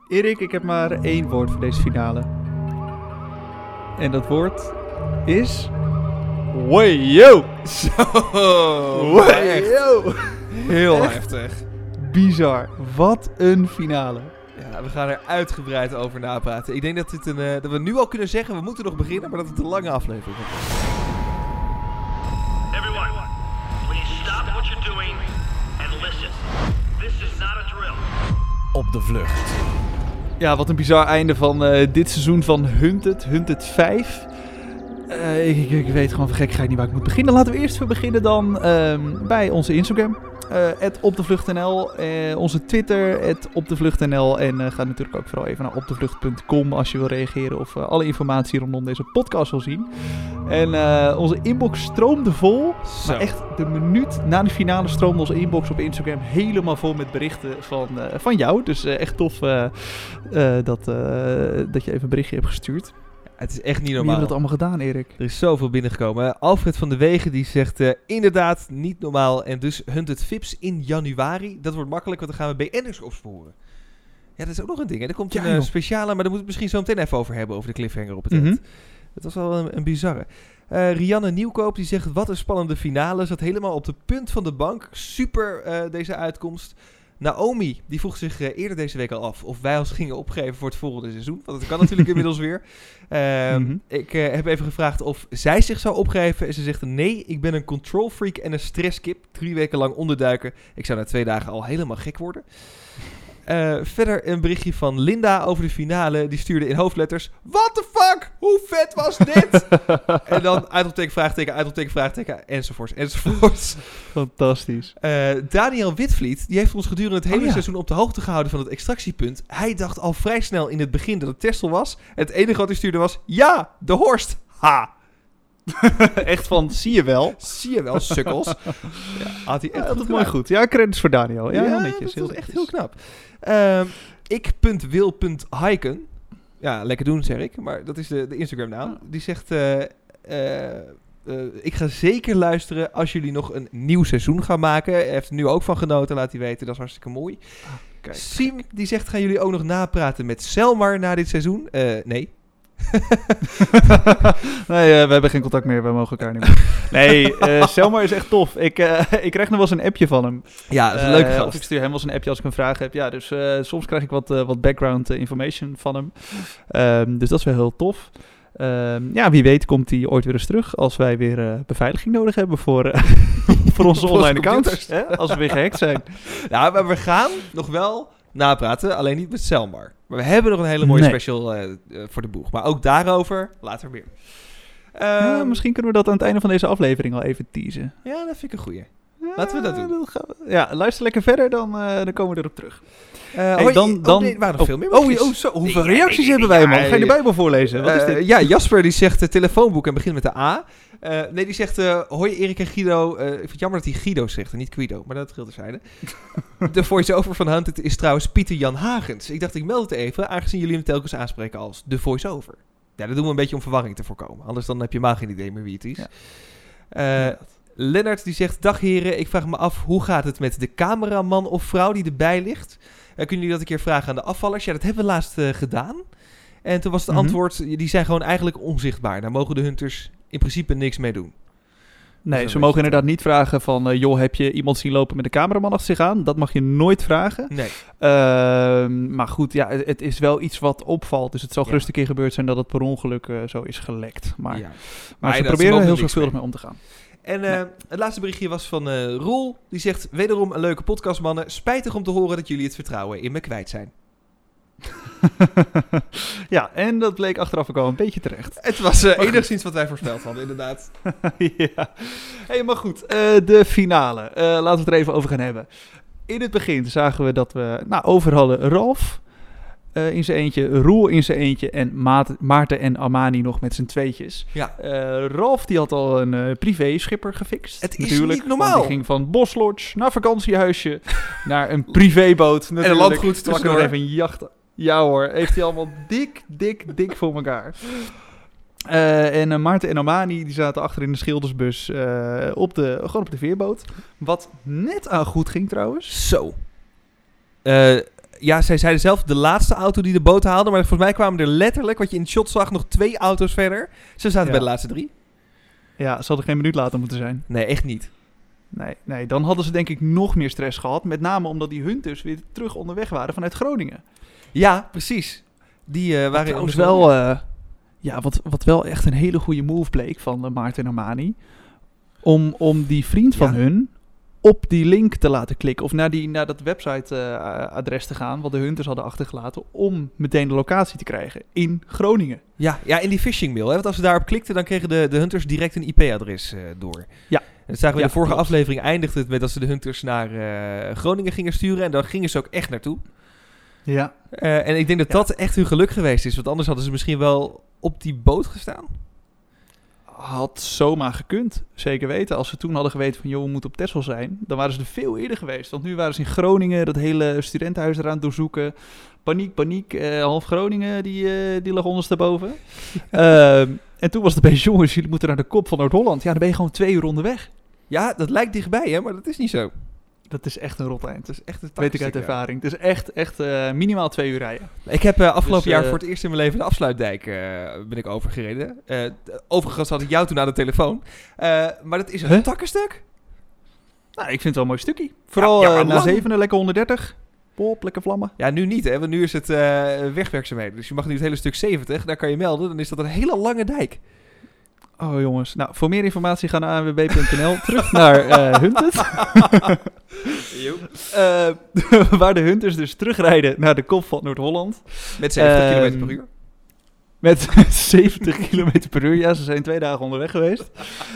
Erik, ik heb maar 1 woord voor deze finale. En dat woord is... Wayo! Zo! Wayo! Heel heftig. Bizar. Wat een finale. Ja, we gaan er uitgebreid over napraten. Ik denk dat, dat we nu al kunnen zeggen, we moeten nog beginnen, maar dat het een lange aflevering wordt. Everyone, please stop what you're doing and listen. This is not a drill. Op de vlucht. Ja, wat een bizar einde van dit seizoen van Hunted 5. Ik weet gewoon van gekheid niet waar ik moet beginnen. Laten we eerst even beginnen dan bij onze Instagram. @opdevlucht.nl, onze Twitter @opdevlucht.nl en ga natuurlijk ook vooral even naar opdevlucht.com als je wil reageren of alle informatie rondom deze podcast wil zien. En onze inbox stroomde vol. Zo. Maar echt de minuut na de finale stroomde onze inbox op Instagram helemaal vol met berichten van jou. Dus echt tof dat je even een berichtje hebt gestuurd. Het is echt niet Wie normaal. hebben dat allemaal gedaan, Erik? Er is zoveel binnengekomen. Alfred van de Wegen die zegt inderdaad niet normaal. En dus Hunted Vips in januari. Dat wordt makkelijk, want dan gaan we BN'ers opsporen. Ja, dat is ook nog een ding. Hè? Er komt een speciale, maar daar moeten we het misschien zo meteen even over hebben. Over de cliffhanger op het eind. Dat was wel een bizarre. Rianne Nieuwkoop die zegt wat een spannende finale. Zat helemaal op de punt van de bank. Super deze uitkomst. Naomi, die vroeg zich eerder deze week al af of wij ons gingen opgeven voor het volgende seizoen. Want dat kan natuurlijk inmiddels weer. Ik heb even gevraagd of zij zich zou opgeven. En ze zegt nee, ik ben een control freak en een stresskip. 3 weken lang onderduiken. Ik zou na 2 dagen al helemaal gek worden. Verder een berichtje van Linda over de finale. Die stuurde in hoofdletters: what the fuck? Hoe vet was dit? En dan uitroepteken, vraagteken, enzovoorts. Fantastisch. Daniel Witvliet, die heeft ons gedurende het hele seizoen op de hoogte gehouden van het extractiepunt. Hij dacht al vrij snel in het begin dat het Texel was. Het enige wat hij stuurde was: ja, de Horst. Ha! Echt van, zie je wel. Zie je wel, sukkels. Ja, had hij echt dat mooi goed. Ja, credits voor Daniel. Ja, heel netjes. Dat is echt heel knap. Ik.wil.hiken. Ja, lekker doen zeg ik. Maar dat is de Instagram naam. Die zegt... ik ga zeker luisteren als jullie nog een nieuw seizoen gaan maken. Hij heeft er nu ook van genoten, laat hij weten. Dat is hartstikke mooi. Kijk. Siem, die zegt, gaan jullie ook nog napraten met Selmar na dit seizoen? Nee. Nee, we hebben geen contact meer. We mogen elkaar niet meer. Nee, Selmar is echt tof. Ik krijg nog wel eens een appje van hem. Ja, dat is een leuke gast. Of ik stuur hem wel eens een appje als ik een vraag heb. Ja, dus soms krijg ik wat background information van hem. Dus dat is wel heel tof. Ja, wie weet komt hij ooit weer eens terug als wij weer beveiliging nodig hebben voor onze online accounts. Hè? Als we weer gehackt zijn. Ja, maar we gaan nog wel napraten, alleen niet met Selmar. Maar we hebben nog een hele mooie special voor de boeg. Maar ook daarover later meer. Misschien kunnen we dat aan het einde van deze aflevering al even teasen. Ja, dat vind ik een goeie. Laten we dat doen. Ja, luister lekker verder, dan komen we erop terug. Er waren nog veel meer. Hoeveel reacties hebben wij, man? Ga je de Bijbel voorlezen? Wat is dit? Ja, Jasper die zegt telefoonboek en begint met de A. Die zegt, hoi Erik en Guido. Ik vind het jammer dat hij Guido zegt en niet Guido, maar dat scheelt terzijde. De voice-over van Hunted is trouwens Pieter Jan Hagens. Ik dacht, ik meld het even, aangezien jullie hem telkens aanspreken als de voice-over. Ja, dat doen we een beetje om verwarring te voorkomen. Anders dan heb je maar geen idee meer wie het is. Ja. Lennart die zegt, dag heren, ik vraag me af, hoe gaat het met de cameraman of vrouw die erbij ligt? Kunnen jullie dat een keer vragen aan de afvallers? Ja, dat hebben we laatst gedaan. En toen was het antwoord, die zijn gewoon eigenlijk onzichtbaar. Daar mogen de hunters in principe niks mee doen. Nee, ze mogen inderdaad niet vragen van... joh, heb je iemand zien lopen met de cameraman achter zich aan? Dat mag je nooit vragen. Nee. Maar goed, ja, het is wel iets wat opvalt. Dus het zal gerust een keer gebeurd zijn dat het per ongeluk zo is gelekt. Maar ze proberen er heel zorgvuldig mee om te gaan. En het laatste berichtje was van Roel. Die zegt, wederom een leuke podcast, mannen. Spijtig om te horen dat jullie het vertrouwen in me kwijt zijn. Ja, en dat bleek achteraf ook al een beetje terecht. Het was enigszins wat wij voorspeld hadden, inderdaad. Ja. Hey, maar goed, de finale. Laten we het er even over gaan hebben. In het begin zagen we dat we over hadden Ralf in zijn eentje, Roel in zijn eentje en Maarten en Amani nog met z'n tweetjes. Ja. Ralf die had al een privé-schipper gefixt. Het is niet normaal. Die ging van Boslodge naar vakantiehuisje naar een privéboot. En een landgoed tussendoor. Even een jacht. Ja hoor, heeft hij allemaal dik voor elkaar. En Maarten en Amani die zaten achter in de schildersbus gewoon op de veerboot. Wat net aan goed ging trouwens. Zo. Ja, zij zeiden zelf de laatste auto die de boot haalde. Maar volgens mij kwamen er letterlijk, wat je in het shot zag, nog 2 auto's verder. Ze zaten bij de laatste 3. Ja, ze hadden geen minuut later moeten zijn. Nee, echt niet. Nee, dan hadden ze denk ik nog meer stress gehad. Met name omdat die Hunters weer terug onderweg waren vanuit Groningen. Ja, precies. Die waren trouwens wel... wat wel echt een hele goede move bleek van Maarten en Armani. Om die vriend van hun op die link te laten klikken. Of naar dat website-adres te gaan, wat de Hunters hadden achtergelaten, om meteen de locatie te krijgen in Groningen. Ja, in die phishing mail. Hè? Want als ze daarop klikten, dan kregen de Hunters direct een IP-adres door. Ja. En dat zagen we in de vorige aflevering, eindigde het met dat ze de Hunters naar Groningen gingen sturen. En daar gingen ze ook echt naartoe. Ja. En ik denk dat echt hun geluk geweest is. Want anders hadden ze misschien wel op die boot gestaan. Had zomaar gekund, zeker weten. Als ze toen hadden geweten van, joh, we moeten op Texel zijn, dan waren ze er veel eerder geweest. Want nu waren ze in Groningen, dat hele studentenhuis eraan doorzoeken. Paniek. Half Groningen, die lag ondersteboven. En toen was het opeens, jongens, jullie moeten naar de kop van Noord-Holland. Ja, dan ben je gewoon 2 uur onderweg. Ja, dat lijkt dichtbij, hè, maar dat is niet zo. Dat is echt een rot eind. Dat is echt een weet ik uit ervaring. Het is echt minimaal 2 uur rijden. Ik heb afgelopen jaar voor het eerst in mijn leven de Afsluitdijk ben ik overgereden. Overigens had ik jou toen aan de telefoon. Maar dat is een takkenstuk. Nou, ik vind het wel een mooi stukje. Vooral na 7 lekker 130. Pop, lekker vlammen. Ja, nu niet, hè. Want nu is het wegwerkzaamheden. Dus je mag nu het hele stuk 70. Daar kan je melden. Dan is dat een hele lange dijk. Oh jongens, nou voor meer informatie ga naar anwb.nl. Terug naar Hunters. Waar de Hunters dus terugrijden naar de kop van Noord-Holland. Met 70 km per uur. Met 70 km per uur, ja, ze zijn 2 dagen onderweg geweest.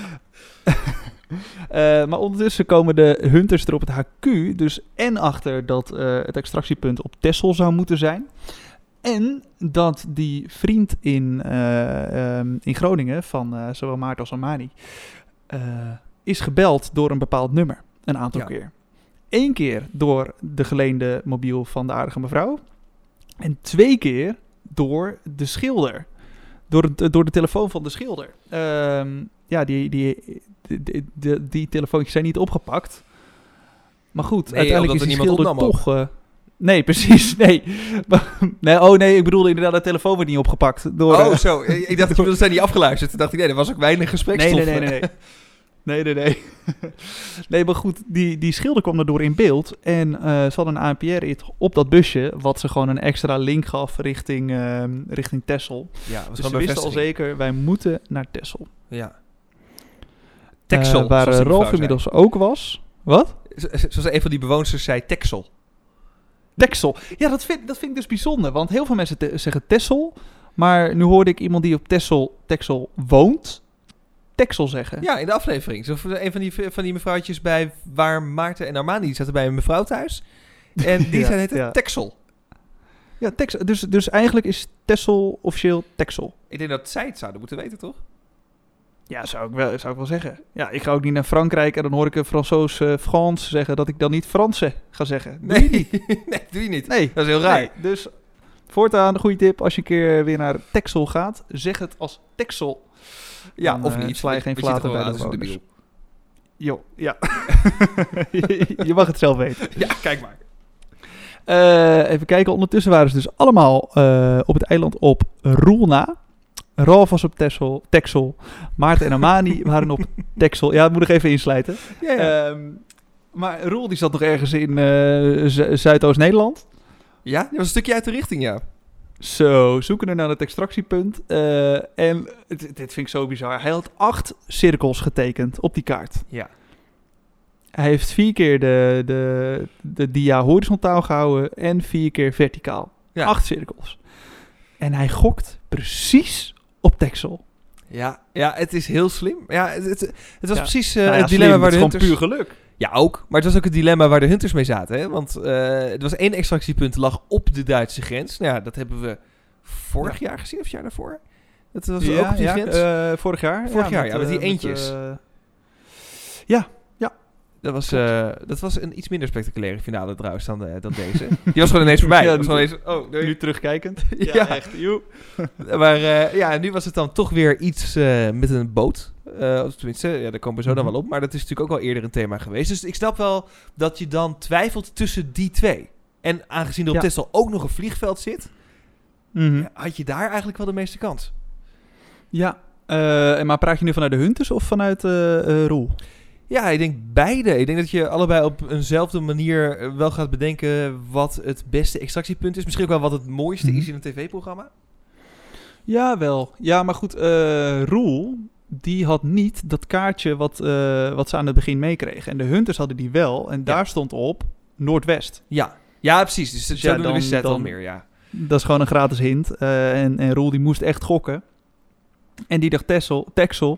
Maar ondertussen komen de Hunters er op het HQ dus en achter dat het extractiepunt op Texel zou moeten zijn. En dat die vriend in Groningen van zowel Maarten als Armani is gebeld door een bepaald nummer. Een aantal keer. 1 keer door de geleende mobiel van de aardige mevrouw. En 2 keer door de schilder. Door de telefoon van de schilder. Die telefoontjes zijn niet opgepakt. Maar goed, uiteindelijk is die schilder toch... Nee, precies. Nee. Nee, ik bedoelde inderdaad, de telefoon werd niet opgepakt. Zo. Ik dacht, dat zijn niet afgeluisterd. Toen dacht ik, nee, er was ook weinig gesprekstof. Nee. Nee, maar goed, die schilder kwam daardoor in beeld. En ze hadden een ANPR-rit op dat busje, wat ze gewoon een extra link gaf richting Texel. Ja, dus ze wisten al zeker, wij moeten naar Texel. Ja. Texel. Waar Rolf inmiddels ook was. Wat? Zoals een van die bewoners zei, Texel. Texel. Ja, dat vind ik dus bijzonder. Want heel veel mensen zeggen Texel. Maar nu hoorde ik iemand die op Texel woont, Texel zeggen. Ja, in de aflevering. Zo een van die mevrouwtjes bij waar Maarten en Armani die zaten bij een mevrouw thuis. En die zijn het Texel. Ja, Texel. Dus eigenlijk is Texel officieel Texel. Ik denk dat zij het zouden moeten weten, toch? Ja, zou ik wel zeggen. Ja, ik ga ook niet naar Frankrijk en dan hoor ik een Fransoos Frans zeggen dat ik dan niet Franse ga zeggen. Nee, doe je niet. Nee, dat is heel raar. Nee, dus voortaan, een goede tip, als je een keer weer naar Texel gaat, zeg het als Texel. Ja, dan, of niet. Sla je geen flaten bij de bewoners. Jo, ja. Je mag het zelf weten. Ja, kijk maar. Even kijken, ondertussen waren ze dus allemaal op het eiland op Roelna. Rolf was op Texel. Maarten en Armani waren op Texel. Ja, dat moet ik even insluiten. Ja. Maar Roel die zat nog ergens in Zuidoost-Nederland. Ja, dat was een stukje uit de richting, ja. Zo, zoeken er naar het extractiepunt. En dit vind ik zo bizar. Hij had 8 cirkels getekend op die kaart. Ja. Hij heeft 4 keer de dia horizontaal gehouden en 4 keer verticaal. Ja. 8 cirkels. En hij gokt precies op Texel. Ja, het is heel slim. Ja, het was precies het dilemma waar de Hunters... Het is gewoon puur geluk. Ja, ook. Maar het was ook het dilemma waar de Hunters mee zaten. Hè? Want het was 1 extractiepunt lag op de Duitse grens. Nou ja, dat hebben we vorig jaar gezien of het jaar daarvoor. Dat was ook op die grens. Vorig jaar. Vorig jaar, met die eentjes. Dat was een iets minder spectaculaire finale trouwens dan deze. Die was gewoon ineens voorbij. Nu terugkijkend. Ja, echt. Maar nu was het dan toch weer iets met een boot. Tenminste, daar komen we zo dan wel op. Maar dat is natuurlijk ook al eerder een thema geweest. Dus ik snap wel dat je dan twijfelt tussen die 2. En aangezien er op Ja. Texel ook nog een vliegveld zit, Mhm. had je daar eigenlijk wel de meeste kans. Ja, maar praat je nu vanuit de Hunters of vanuit Roel? Ja, ik denk beide. Ik denk dat je allebei op eenzelfde manier wel gaat bedenken wat het beste extractiepunt is. Misschien ook wel wat het mooiste Mhm. is in een tv-programma. Ja, wel. Ja, maar goed, Roel, die had niet dat kaartje wat ze aan het begin meekregen. En de Hunters hadden die wel. En daar stond op Noordwest. Ja, precies. Dus Ja, zo doen dan- we Zet al dan- meer, ja. Dat is gewoon een gratis hint. En Roel die moest echt gokken. En die dacht Texel.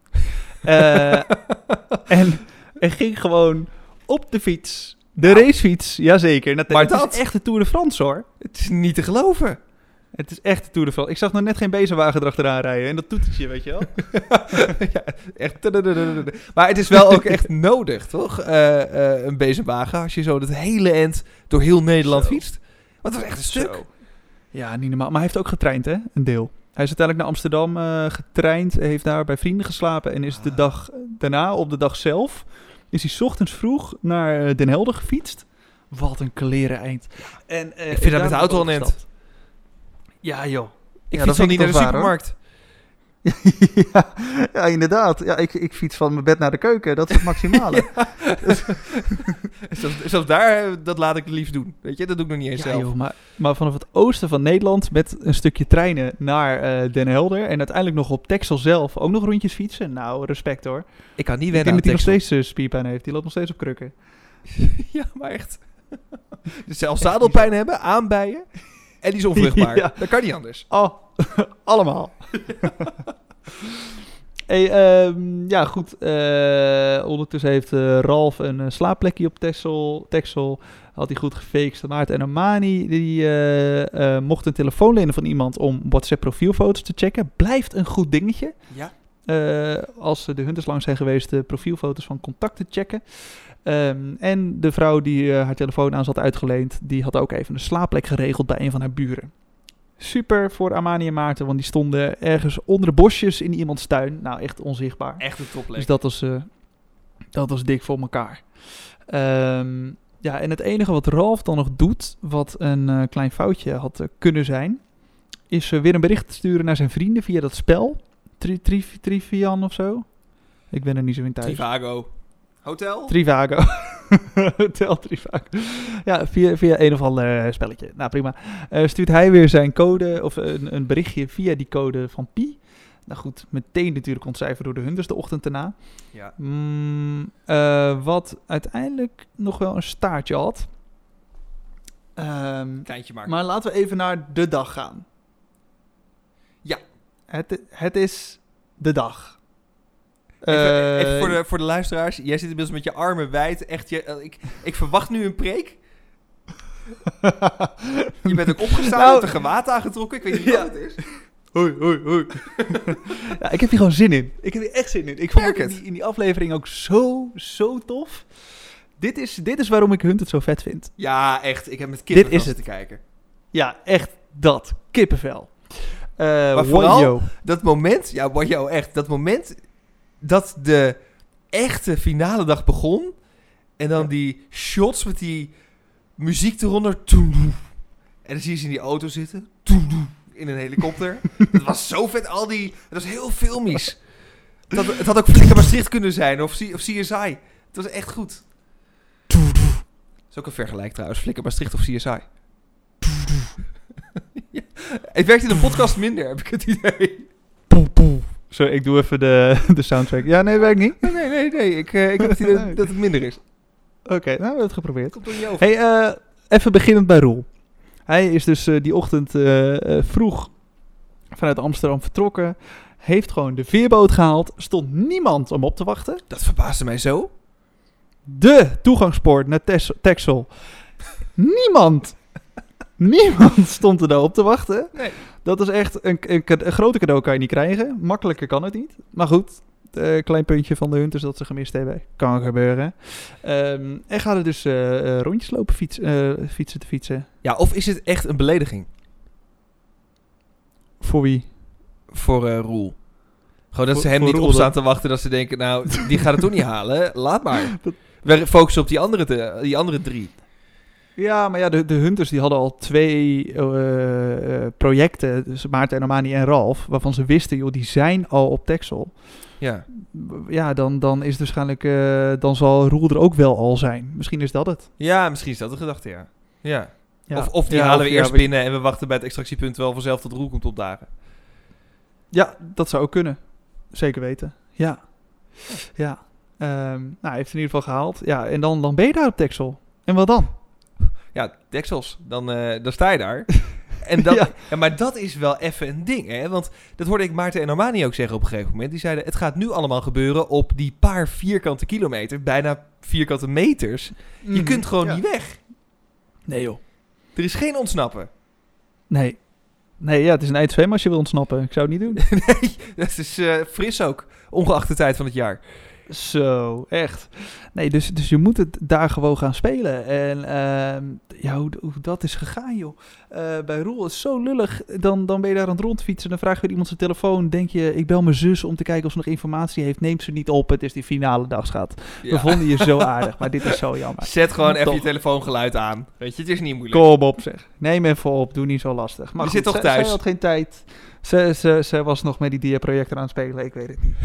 En ging gewoon op de fiets. De racefiets, jazeker. Maar Het dat- is echt de Tour de France, hoor. Het is niet te geloven. Het is echt de Tour de France. Ik zag nog net geen bezemwagen erachteraan rijden. En dat toetertje, weet je wel. Ja, echt. Maar het is wel ook echt nodig, toch? Een bezemwagen, als je zo dat hele end door heel Nederland Zo. fietst. Want dat is echt een stuk. Zo. Ja, niet normaal. Maar hij heeft ook getraind, hè? Een deel. Hij is uiteindelijk naar Amsterdam getraind. Heeft daar bij vrienden geslapen. En is de dag daarna, op de dag zelf, is hij 's ochtends vroeg naar Den Helder gefietst. Wat een kleren eind. En, Ik vind dat met de auto al een end. Ja, joh. Ik Ja, fiets dat al vind niet ik naar de toch waar, hoor. supermarkt. ja, inderdaad. Ja, ik fiets van mijn bed naar de keuken. Dat is het maximale. Zelfs daar, dat laat ik het liefst doen. Weet je, dat doe ik nog niet eens Ja, zelf. joh, maar vanaf het oosten van Nederland met een stukje treinen naar Den Helder. En uiteindelijk nog op Texel zelf ook nog rondjes fietsen. Nou, respect hoor. Ik kan niet Ik wennen denk aan dat hij nog Texel. steeds spierpijn heeft. Die loopt nog steeds op krukken. Ja, maar echt. Dus zelfs zadelpijn hebben, aanbijen. En die is onvruchtbaar. Ja. Dat kan niet anders. Oh, allemaal. Hey, ja, goed. Ondertussen heeft Ralf een slaapplekje op Texel. Had hij goed gefaked. Maarten en Amani die mochten een telefoon lenen van iemand om WhatsApp profielfoto's te checken. Blijft een goed dingetje. Ja. Als de Hunters langs zijn geweest, de profielfoto's van contacten checken. En de vrouw die haar telefoon aan zat uitgeleend, die had ook even een slaapplek geregeld bij een van haar buren. Super voor Amani en Maarten, want die stonden ergens onder de bosjes in iemands tuin. Nou, echt onzichtbaar. Echt een topplek. Dus dat was dik voor elkaar. Ja, en het enige wat Ralf dan nog doet, wat een klein foutje had kunnen zijn, is weer een bericht sturen naar zijn vrienden via dat spel. Trivian of zo. Ik ben er niet zo in thuis. Trivago. Hotel? Trivago. Hotel Trivago. Ja, via een of ander spelletje. Nou, prima. Stuurt hij weer zijn code, of een berichtje via die code van Pi. Nou goed, meteen natuurlijk ontcijferd door de Hunters de ochtend daarna. Ja. Wat uiteindelijk nog wel een staartje had. Kleintje maar. Maar laten we even naar de dag gaan. Ja. Het is de dag. Even voor de luisteraars. Jij zit inmiddels met je armen wijd. Echt, ik verwacht nu een preek. Je bent ook opgestaan, Nou, hebt een gewaad aangetrokken. Ik weet niet wat het is. Hoi. Ja, ik heb hier gewoon zin in. Ik heb hier echt zin in. Ik vond het in die aflevering ook zo tof. Dit is waarom ik Hunted zo vet vind. Ja, echt. Ik heb met kippenvel Dit is zitten kijken. Ja, echt dat. Kippenvel. Maar vooral dat moment... Ja, Wajo, echt. Dat moment dat de echte finale dag begon. En dan die shots met die muziek eronder. En dan zie je ze in die auto zitten. In een helikopter. Dat was zo vet. Dat was heel filmisch. Het had ook Flikker Maastricht kunnen zijn. Of CSI. Het was echt goed. Dat is ook een vergelijk trouwens. Flikker Maastricht of CSI. Ja, het werkt in de podcast minder, heb ik het idee. Zo, ik doe even de soundtrack. Ja, nee, werkt niet. Nee. Ik heb het idee dat het minder is. Oké, nou, we hebben het geprobeerd. Komt door je over. Hey, even beginnend bij Roel. Hij is dus die ochtend vroeg vanuit Amsterdam vertrokken. Heeft gewoon de veerboot gehaald. Stond niemand om op te wachten. Dat verbaasde mij zo. De toegangspoort naar Texel. Niemand stond er daar op te wachten. Nee. Dat is echt een grote cadeau kan je niet krijgen. Makkelijker kan het niet. Maar goed, klein puntje van de Hunters dat ze gemist hebben. Kan gebeuren. En gaat er dus rondjes lopen fietsen. Ja, of is het echt een belediging Voor wie? voor Roel? Gewoon dat ze hem voor niet Roel opstaan dan? te wachten. Dat ze denken, nou, die gaat het toch niet halen. Laat maar. We focussen op die andere 3. Ja, maar ja, de Hunters die hadden al 2 projecten, dus Maarten en Armani en Ralf, waarvan ze wisten, joh, die zijn al op Texel. Ja. Ja, dan is het waarschijnlijk, dan zal Roel er ook wel al zijn. Misschien is dat het. Ja, misschien is dat de gedachte, ja. Ja. Ja. Of die Ja, halen we ja, eerst binnen en we wachten bij het extractiepunt wel vanzelf tot Roel komt opdagen. Ja, dat zou ook kunnen. Zeker weten. Ja. Ja. Nou, hij heeft het in ieder geval gehaald. Ja, en dan ben je daar op Texel. En wat dan? Ja, deksels. Dan sta je daar. En dat, Ja. ja, maar dat is wel even een ding, hè? Want dat hoorde ik Maarten en Armani ook zeggen op een gegeven moment. Die zeiden, het gaat nu allemaal gebeuren op die paar vierkante kilometer, bijna vierkante meters. Je kunt gewoon niet weg. Nee, joh. Er is geen ontsnappen. Nee. Nee, ja, het is een eindzwem als je wil ontsnappen. Ik zou het niet doen. Nee, dat is fris ook, ongeacht de tijd van het jaar. Zo, echt. Nee, dus je moet het daar gewoon gaan spelen. En ja, hoe dat is gegaan, joh. Bij Roel is zo lullig. Dan ben je daar aan het rondfietsen. Dan vraag je weer iemand zijn telefoon. Denk je, ik bel mijn zus om te kijken of ze nog informatie heeft. Neemt ze niet op. Het is die finale dag, schat. Ja. We vonden je zo aardig, maar dit is zo jammer. Zet gewoon even Toch. je telefoongeluid aan. Weet je, het is niet moeilijk. Kom op, zeg. Neem even op. Doe niet zo lastig. Maar Je goed, zit toch thuis? Zij had geen tijd. Ze was nog met die dia-projector aan het spelen. Ik weet het niet.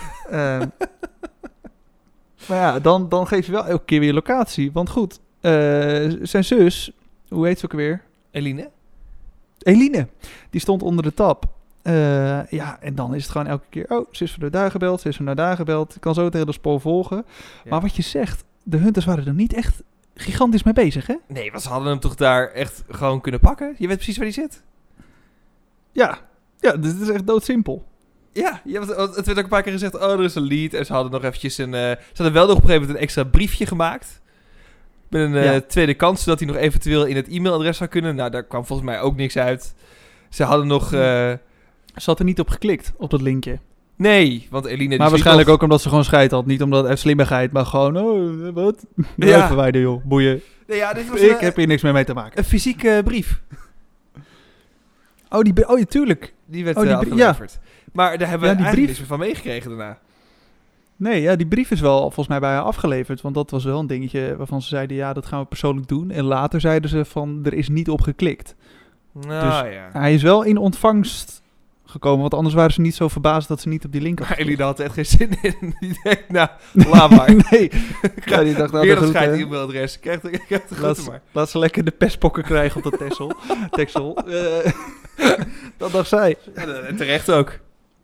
Maar ja, dan geef je wel elke keer weer locatie. Want goed, zijn zus, hoe heet ze ook weer? Eline? Eline. Die stond onder de tap. Ja, en dan is het gewoon elke keer... Oh, ze is van daar gebeld, ze is van daar gebeld. Ik kan zo het hele spoor volgen. Ja. Maar wat je zegt, de Hunters waren er niet echt gigantisch mee bezig, hè? Nee, want ze hadden hem toch daar echt gewoon kunnen pakken? Je weet precies waar hij zit. Ja, dit is echt doodsimpel. Ja, het werd ook een paar keer gezegd, oh, er is een lead. En ze hadden nog eventjes ze hadden wel nog op een gegeven moment een extra briefje gemaakt. Met een tweede kans, zodat hij nog eventueel in het e-mailadres zou kunnen. Nou, daar kwam volgens mij ook niks uit. Ze hadden nog... Ze had er niet op geklikt, op dat linkje. Nee, want Eline... die Maar sliep waarschijnlijk nog. ook omdat ze gewoon scheid had. Niet omdat uit slimmigheid, maar gewoon... Oh, wat? Ja. Ja. Verwijder, joh. Boeien. Nee, ja, dit was Ik heb hier niks meer mee te maken. een fysieke brief. Oh, ja, tuurlijk. Die werd Oh, die afgeleverd. Maar daar hebben we Ja, die eigenlijk brief. niks meer van meegekregen daarna. Nee, ja, die brief is wel volgens mij bij haar afgeleverd. Want dat was wel een dingetje waarvan ze zeiden... Ja, dat gaan we persoonlijk doen. En later zeiden ze van... Er is niet op geklikt. Nou ja. Hij is wel in ontvangst gekomen. Want anders waren ze niet zo verbaasd dat ze niet op die link had Maar geklikt. Eline had er echt geen zin in. Die denkt, nou, laat maar. Nee. Ja, die dacht, nou, Weer de dat groeten. schijnt e-mailadres. Krijg de groeten maar. Laat ze lekker de pestpokken krijgen op dat Texel. Dat dacht zij. Ja, en terecht ook.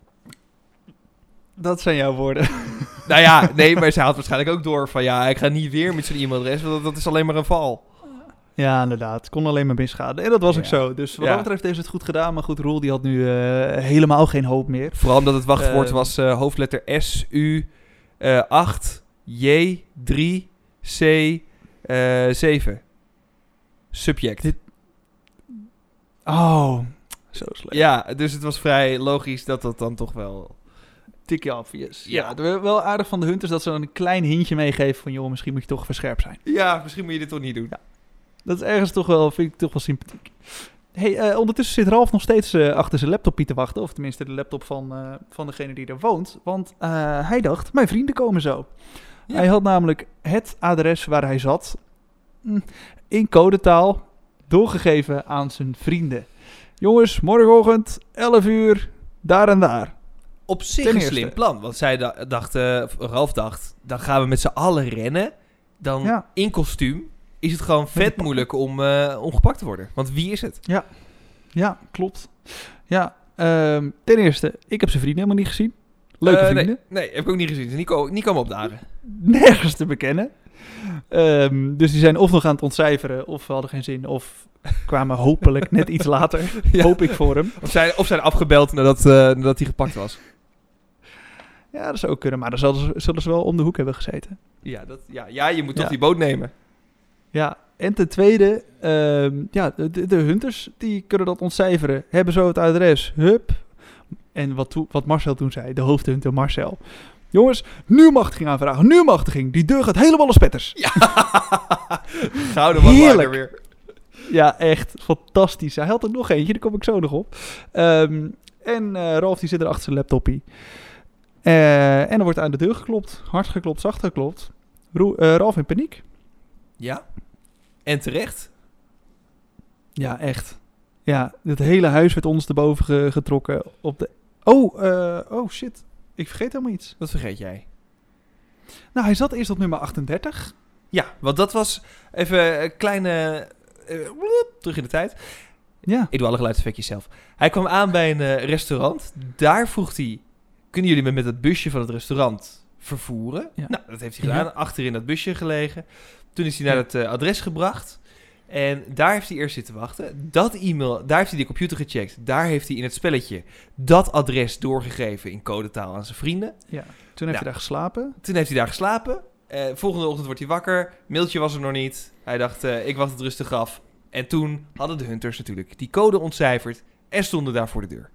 Dat zijn jouw woorden. Nou ja, nee, maar zij had waarschijnlijk ook door van... Ja, ik ga niet weer met zo'n e-mailadres, want dat is alleen maar een val. Ja, inderdaad. Het kon alleen maar misgaan. En dat was ook Ja. zo. Dus wat Ja. dat betreft heeft ze het goed gedaan. Maar goed, Roel die had nu helemaal geen hoop meer. Vooral omdat het wachtwoord was hoofdletter S, U, 8, J, 3, C, 7. Subject. Oh, zo slecht. Ja, dus het was vrij logisch dat dat dan toch wel... Tikje obvious. Ja. Ja, het was wel aardig van de Hunters dat ze dan een klein hintje meegeven van... joh, misschien moet je toch verscherpt zijn. Ja, misschien moet je dit toch niet doen. Ja. Dat is ergens toch wel, vind ik toch wel sympathiek. Hey, ondertussen zit Ralf nog steeds achter zijn laptopje te wachten. Of tenminste de laptop van degene die er woont. Want hij dacht, mijn vrienden komen zo. Ja. Hij had namelijk het adres waar hij zat... in codetaal doorgegeven aan zijn vrienden. Jongens, morgenochtend, 11 uur, daar en daar. Op zich Ten een eerste. slim plan. Want zij Ralf dacht, dan gaan we met z'n allen rennen. Dan Ja. in kostuum is het gewoon die vet pakken. moeilijk om gepakt te worden. Want wie is het? Ja, klopt. Ja, ten eerste, ik heb zijn vrienden helemaal niet gezien. Leuke vrienden. Nee, heb ik ook niet gezien. Ze niet komen opdagen. Nergens te bekennen. Dus die zijn of nog aan het ontcijferen, of hadden geen zin, of kwamen hopelijk net iets later. Ja. Hoop ik voor hem. Of zijn afgebeld nadat hij gepakt was. Ja, dat zou ook kunnen, maar dan zullen ze wel om de hoek hebben gezeten. Ja, je moet toch Ja. die boot nemen. Ja, en ten tweede, de Hunters, die kunnen dat ontcijferen. Hebben zo het adres. Hup. En wat Marcel toen zei, de hoofdhunter Marcel. Jongens, nu machtiging aanvragen. Nu machtiging. Die deur gaat helemaal als spetters. Ja. Gouden was Heerlijk. weer. Ja, echt fantastisch. Hij had er nog eentje, daar kom ik zo nog op. En Ralf die zit er achter zijn laptopie. En er wordt aan de deur geklopt. Hard geklopt, zacht geklopt. Ralf in paniek. Ja? En terecht. Ja, echt. Ja, het hele huis werd ondersteboven getrokken op de... Oh, shit. Ik vergeet helemaal iets. Wat vergeet jij? Nou, hij zat eerst op nummer 38. Ja, want dat was even een kleine... terug in de tijd. Ja. Ik doe alle geluidseffectjes zelf. Hij kwam aan bij een restaurant. Daar vroeg hij... Kunnen jullie me met het busje van het restaurant vervoeren? Ja. Nou, dat heeft hij gedaan. Ja. Achter in dat busje gelegen. Toen is hij naar het adres gebracht. En daar heeft hij eerst zitten wachten. Dat e-mail, daar heeft hij de computer gecheckt. Daar heeft hij in het spelletje dat adres doorgegeven in codetaal aan zijn vrienden. Ja. Toen heeft hij daar geslapen. Toen heeft hij daar geslapen. Volgende ochtend wordt hij wakker. Mailtje was er nog niet. Hij dacht, ik wacht het rustig af. En toen hadden de hunters natuurlijk die code ontcijferd en stonden daar voor de deur.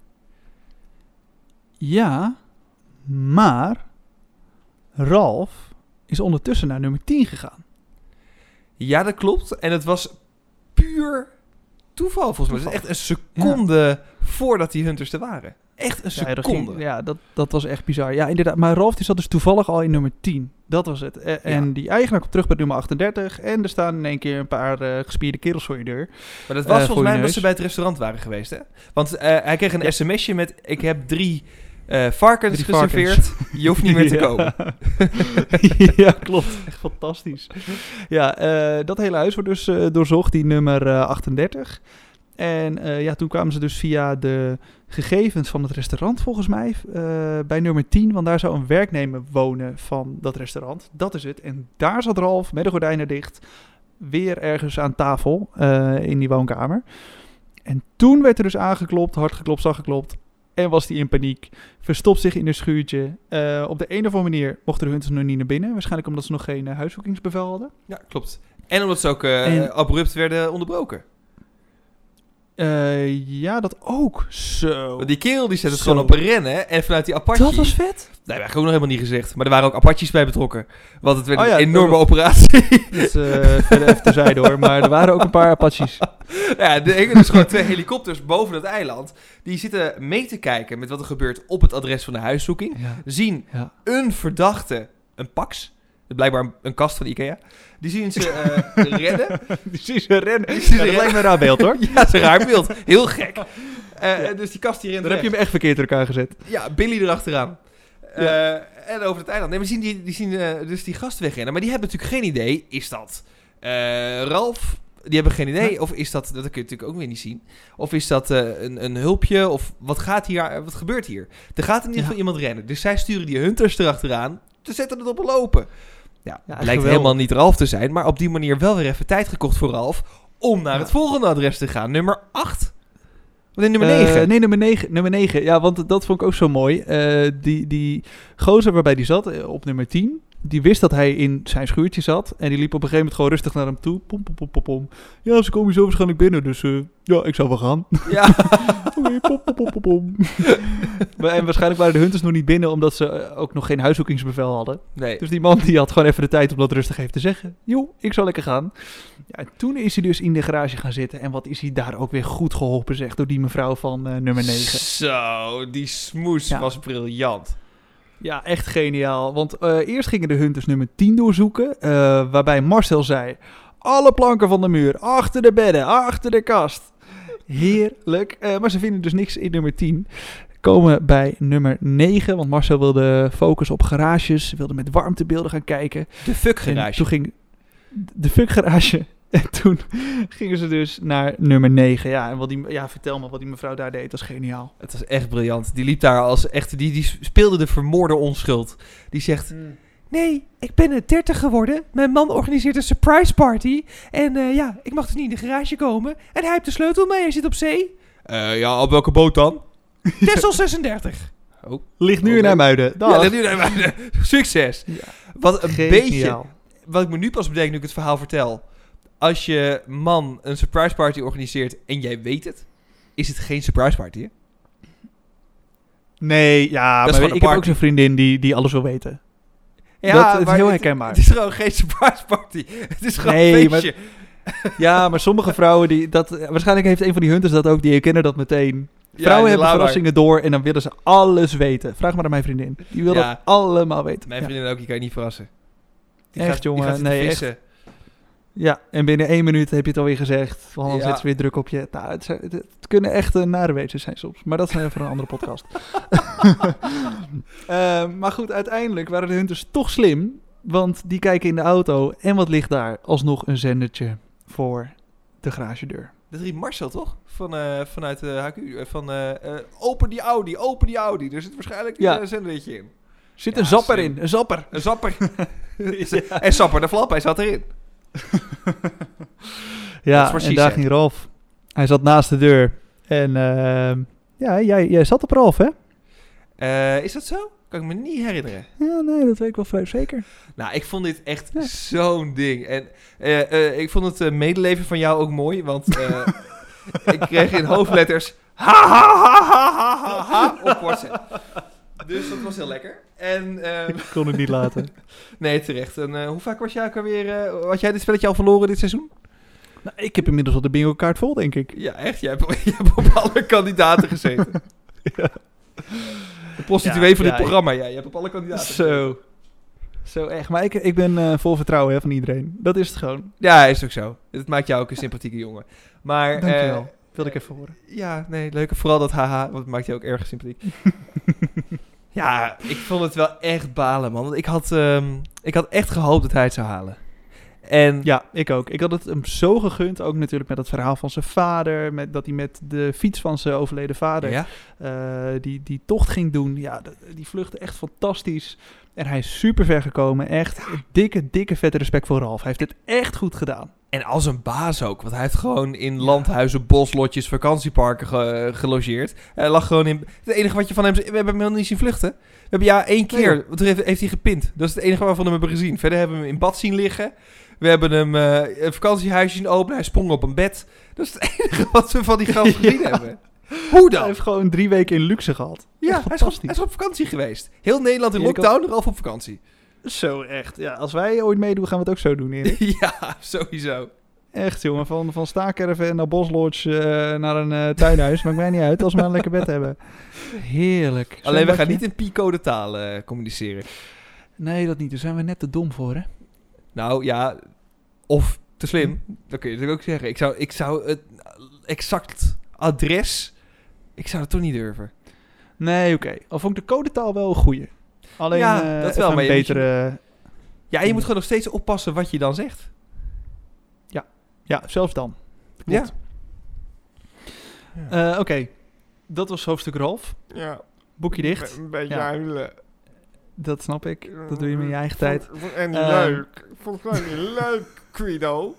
Ja, maar Ralph is ondertussen naar nummer 10 gegaan. Ja, dat klopt. En het was puur toeval volgens mij. Het is echt een seconde voordat die hunters er waren. Echt een seconde. Ja, dat was echt bizar. Ja, inderdaad. Maar Ralph die zat dus toevallig al in nummer 10. Dat was het. En die eigenaar komt terug bij nummer 38. En er staan in één keer een paar gespierde kerels voor je deur. Maar dat was volgens mij omdat ze bij het restaurant waren geweest, hè? Want hij kreeg een sms'je met... Ik heb 3 varkens geserveerd. Je hoeft niet meer te komen. Ja, klopt. Echt fantastisch. Ja, dat hele huis wordt dus doorzocht, die nummer 38. En toen kwamen ze dus via de gegevens van het restaurant volgens mij bij nummer 10. Want daar zou een werknemer wonen van dat restaurant. Dat is het. En daar zat Ralph met de gordijnen dicht. Weer ergens aan tafel in die woonkamer. En toen werd er dus aangeklopt, hard geklopt, zacht geklopt. En was hij in paniek. Verstopt zich in een schuurtje. Op de een of andere manier mochten de hunters nog niet naar binnen. Waarschijnlijk omdat ze nog geen huiszoekingsbevel hadden. Ja, klopt. En omdat ze ook abrupt werden onderbroken. Ja, dat ook. Zo. Want die kerel die zet het gewoon op een rennen. En vanuit die Apache... Dat was vet. Nee, dat heb ik ook nog helemaal niet gezegd. Maar er waren ook Apaches bij betrokken. Want het werd een een enorme operatie. Dus verder even terzijde hoor. Maar er waren ook een paar Apaches. Ja, er hingen dus gewoon 2 helikopters boven het eiland. Die zitten mee te kijken met wat er gebeurt op het adres van de huiszoeking. Ja. Zien een verdachte, een Pax. Blijkbaar een kast van Ikea. Die zien ze rennen. Die zien ze rennen. Dat lijkt me een raar beeld hoor. Ja, dat is een raar beeld. Heel gek. Dus die kast die rent Dan heb je hem echt verkeerd in elkaar gezet. Ja, Billy erachteraan. En over het eiland. Nee, maar die zien dus die gast wegrennen. Maar die hebben natuurlijk geen idee. Is dat Ralph? Die hebben geen idee. Ja. Of is dat kun je natuurlijk ook weer niet zien. Of is dat een hulpje? Of wat gebeurt hier? Er gaat in ieder geval iemand rennen. Dus zij sturen die hunters erachteraan. Ze zetten het op een lopen. Ja, lijkt helemaal niet Ralph te zijn. Maar op die manier wel weer even tijd gekocht voor Ralph. Om naar het volgende adres te gaan. Nummer 8. Nee, nummer 9. Nee, nummer 9. Ja, want dat vond ik ook zo mooi. Die gozer waarbij die zat, op nummer 10... Die wist dat hij in zijn schuurtje zat. En die liep op een gegeven moment gewoon rustig naar hem toe. Pom, pom, pom, pom, pom. Ja, ze komen zo waarschijnlijk binnen. Dus ja, ik zou wel gaan. Ja. Pom, pom, pom, pom, pom. En waarschijnlijk waren de hunters nog niet binnen. Omdat ze ook nog geen huiszoekingsbevel hadden. Nee. Dus die man die had gewoon even de tijd om dat rustig even te zeggen. Joh, ik zal lekker gaan. Ja, en toen is hij dus in de garage gaan zitten. En wat is hij daar ook weer goed geholpen, zeg. Door die mevrouw van nummer 9. Zo, die smoes was briljant. Ja, echt geniaal. Want eerst gingen de hunters nummer 10 doorzoeken. Waarbij Marcel zei... Alle planken van de muur. Achter de bedden. Achter de kast. Heerlijk. Maar ze vinden dus niks in nummer 10. Komen bij nummer 9. Want Marcel wilde focus op garages. Wilde met warmtebeelden gaan kijken. De fuck garage. En toen ging de fuck garage. En toen gingen ze dus naar nummer 9. Ja, en vertel me wat die mevrouw daar deed. Dat was geniaal. Het was echt briljant. Die liep daar als echt... Die speelde de vermoorde onschuld. Die zegt... Nee, ik ben 30 geworden. Mijn man organiseert een surprise party. En ik mag dus niet in de garage komen. En hij heeft de sleutel mee. Hij zit op zee. Ja, op welke boot dan? Texel 36. Oh. Ligt nu in IJmuiden. Ja, ligt nu in IJmuiden. Succes. Ja. Wat een geniaal. Beetje... Wat ik me nu pas bedenk nu ik het verhaal vertel... Als je man een surprise party organiseert en jij weet het, is het geen surprise party, hè? Nee, ja, maar ik heb ook zo'n vriendin die alles wil weten. Ja, het is heel herkenbaar. Het is gewoon geen surprise party. Het is gewoon een feestje. Ja, maar sommige vrouwen waarschijnlijk heeft een van die hunters dat ook, die herkennen dat meteen. Vrouwen hebben verrassingen door en dan willen ze alles weten. Vraag maar aan mijn vriendin. Die wil dat allemaal weten. Mijn vriendin ook, die kan je niet verrassen. Die echt, jongen. Nee, echt. Ja, en binnen 1 minuut heb je het alweer gezegd. Want dan Ja. zetten ze weer druk op je. Nou, het kunnen echt nare wezens zijn soms. Maar dat zijn voor een andere podcast. Maar goed, uiteindelijk waren de hunters toch slim. Want die kijken in de auto. En wat ligt daar? Alsnog een zendertje voor de garagedeur. Dat riep Marcel, toch? Vanuit de HQ. Open die Audi, open die Audi. Er zit waarschijnlijk een zendertje in. Zit Ja, een zapper slim. in. Een zapper. Een zapper. En Sapper de Flap, hij zat erin. Ja, is what she en daar said. ging Ralf. Hij zat naast de deur. En ja, jij zat op Ralf, hè? Is dat zo? Kan ik me niet herinneren. Ja, nee, dat weet ik wel vrij zeker. Nou, ik vond dit echt Ja. zo'n ding. En ik vond het medeleven van jou ook mooi, want ik kreeg in hoofdletters ha ha ha ha ha ha ha op WhatsApp. Dus dat was heel lekker. En Ik kon het niet laten. nee, terecht. En hoe vaak was jij ook alweer? Had jij dit spelletje al verloren dit seizoen? Nou, ik heb inmiddels al de bingo kaart vol, denk ik. Ja, echt. Jij hebt op alle kandidaten gezeten. Ja. De prostituee van dit Ja, programma. Ja, je hebt op alle kandidaten gezeten. Zo echt. Maar ik ben vol vertrouwen van iedereen. Dat is het gewoon. Ja, is ook zo. Het maakt jou ook een sympathieke jongen. Maar Dankjewel. Wilde ik even horen. ja, nee, leuk. Vooral dat haha, want het maakt je ook erg sympathiek. Ja, ik vond het wel echt balen, man. Want ik had echt gehoopt dat hij het zou halen. En Ja, ik ook. Ik had het hem zo gegund. Ook natuurlijk met het verhaal van zijn vader. Dat hij met de fiets van zijn overleden vader ja, die tocht ging doen. Ja, die vluchtte echt fantastisch. En hij is super ver gekomen. Echt dikke vette respect voor Ralf. Hij heeft het echt goed gedaan. en als een baas ook. Want hij heeft gewoon in landhuizen, boslotjes, vakantieparken gelogeerd. Hij lag gewoon in... Het enige wat je van hem... We hebben hem helemaal niet zien vluchten. We hebben 1 keer. Nee. Want toen heeft hij gepint. Dat is het enige waarvan we hem hebben gezien. Verder hebben we hem in bad zien liggen. We hebben hem een vakantiehuisje zien openen. Hij sprong op een bed. Dat is het enige wat we van die gast gezien hebben. Hoe dan? Hij heeft gewoon 3 weken in luxe gehad. Ja, Echt hij is fantastisch. op vakantie geweest. Heel Nederland in Ja, ik lockdown, Ralf op vakantie. Zo echt. Ja, als wij ooit meedoen, gaan we het ook zo doen, Erik. Ja, sowieso. Echt, jongen. Van Staakerven naar Boslodge naar een tuinhuis. Maakt mij niet uit als we maar een lekker bed hebben. Heerlijk. Alleen we gaan Zwembadje. niet in Pico de taal communiceren. Nee, dat niet. Daar zijn we net te dom voor, hè? Nou ja, of te slim. Dat kun je natuurlijk ook zeggen. Ik zou het exact adres... Ik zou het toch niet durven. Nee, oké. Al vond ik de codetaal wel een goeie. Alleen Ja, dat wel, even maar een je betere... Ja, en je moet gewoon nog steeds oppassen wat je dan zegt. Ja, zelfs dan. Klopt. Oké. Dat was hoofdstuk Ralf. Ja. Boekje dicht. Een beetje Ja. huilen. Dat snap ik. Dat doe je met je eigen tijd. En leuk. Vond het gewoon niet leuk, Guido.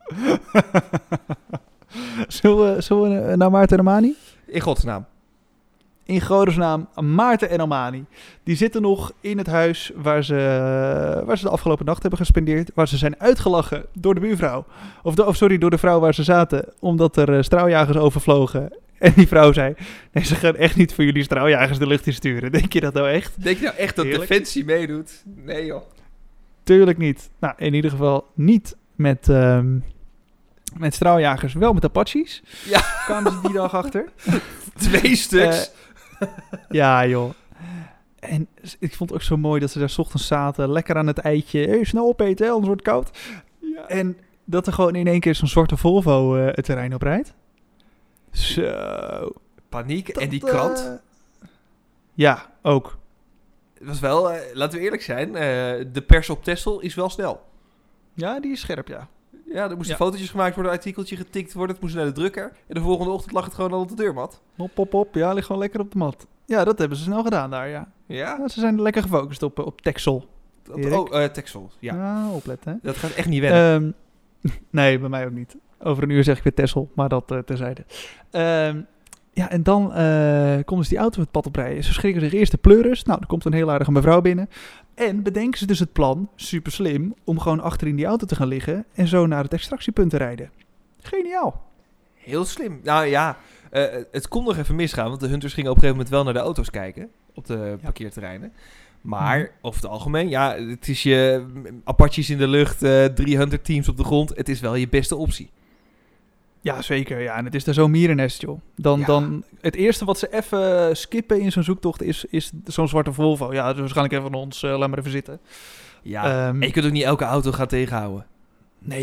Zullen we naar Maarten en Amani? In godsnaam. In godesnaam Maarten en Amani. Die zitten nog in het huis waar ze de afgelopen nacht hebben gespendeerd. Waar ze zijn uitgelachen door de buurvrouw. Door de vrouw waar ze zaten. Omdat er straaljagers overvlogen. En die vrouw zei, nee, ze gaan echt niet voor jullie straaljagers de lucht in sturen. Denk je dat nou echt? Denk je nou echt dat Heerlijk. Defensie meedoet? Nee joh. Tuurlijk niet. Nou, in ieder geval niet met straaljagers. Wel met Apaches. Ja. Kwamen ze die dag achter. 2 stuks. Ja, joh. En ik vond het ook zo mooi dat ze daar 's ochtends zaten. Lekker aan het eitje. Hey, snel opeten, hè, anders wordt het koud. Ja. En dat er gewoon in één keer zo'n zwarte Volvo het terrein oprijdt. Zo. Paniek. En die Dat, krant. Ja, ook. Het was wel, laten we eerlijk zijn, de pers op Texel is wel snel. Ja, die is scherp, ja. Ja, er moesten Ja. fotootjes gemaakt worden, artikeltje getikt worden. Het moest naar de drukker. En de volgende ochtend lag het gewoon al op de deurmat. Hop. Ja, ligt gewoon lekker op de mat. Ja, dat hebben ze snel gedaan daar, ja. Ja? Ja, ze zijn lekker gefocust op Texel. Erik? Texel. Ja. Opletten, hè. Dat gaat echt niet wennen. Nee, bij mij ook niet. Over een uur zeg ik weer Texel, maar dat terzijde. Ja, en dan komt dus die auto het pad oprijden. Ze schrikken zich eerst de pleuris. Nou, er komt een heel aardige mevrouw binnen. En bedenken ze dus het plan, super slim, om gewoon achter in die auto te gaan liggen en zo naar het extractiepunt te rijden. Geniaal. Heel slim. Nou ja, het kon nog even misgaan, want de hunters gingen op een gegeven moment wel naar de auto's kijken. Op de parkeerterreinen. Maar, over het algemeen, ja, het is je Apaches in de lucht, 3 hunter teams op de grond. Het is wel je beste optie. Ja, zeker. Ja, en het is daar zo'n mierennest, joh. Dan het eerste wat ze even skippen in zo'n zoektocht is zo'n zwarte Volvo. Ja, dat is waarschijnlijk even van ons. Laat maar even zitten. Ja, en je kunt ook niet elke auto gaan tegenhouden. Nee, joh.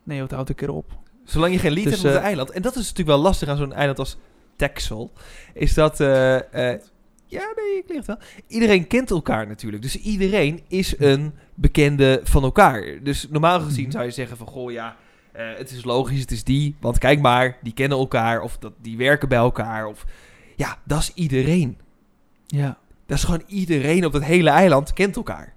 Nee, het houdt een keer op. Zolang je geen lied Dus, hebt op het eiland. En dat is natuurlijk wel lastig aan zo'n eiland als Texel. Is dat... ja, nee, ik ligt wel. Iedereen kent elkaar natuurlijk. Dus iedereen is een bekende van elkaar. Dus normaal gezien zou je zeggen van... Goh, ja, het is logisch, het is die. Want kijk maar, die kennen elkaar. Of die werken bij elkaar. Of ja, dat is iedereen. Ja. Dat is gewoon iedereen op dat hele eiland kent elkaar.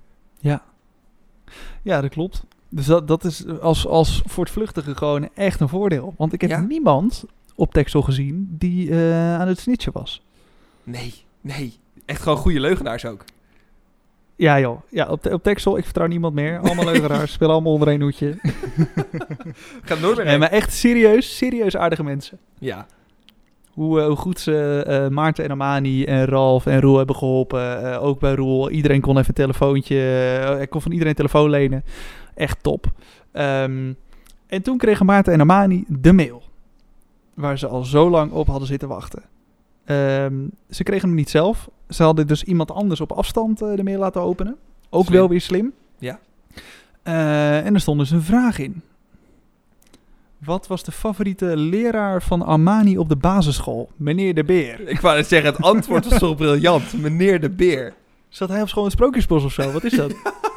Ja, dat klopt. Dus dat is als voortvluchtige gewoon echt een voordeel. Want ik heb niemand op Texel gezien die aan het snitchen was. Nee. Echt gewoon goede leugenaars ook. Ja joh. Ja, op Texel, ik vertrouw niemand meer. Allemaal leugenaars, spelen allemaal onder één hoedje. Gaat nooit meer. Nee, maar echt serieus aardige mensen. Ja. Hoe goed ze Maarten en Amani en Ralf en Roel hebben geholpen. Ook bij Roel. Iedereen kon even een telefoontje. Ik kon van iedereen een telefoon lenen. Echt top. En toen kregen Maarten en Amani de mail. Waar ze al zo lang op hadden zitten wachten. Ze kregen hem niet zelf. Ze hadden dus iemand anders op afstand de mail laten openen. Ook Slim. wel weer slim. Ja. En er stond dus een vraag in. Wat was de favoriete leraar van Amani op de basisschool? Meneer de Beer. Ik wou net zeggen, het antwoord was toch briljant. Meneer de Beer. Zat hij op school in het Sprookjesbos of zo? Wat is dat?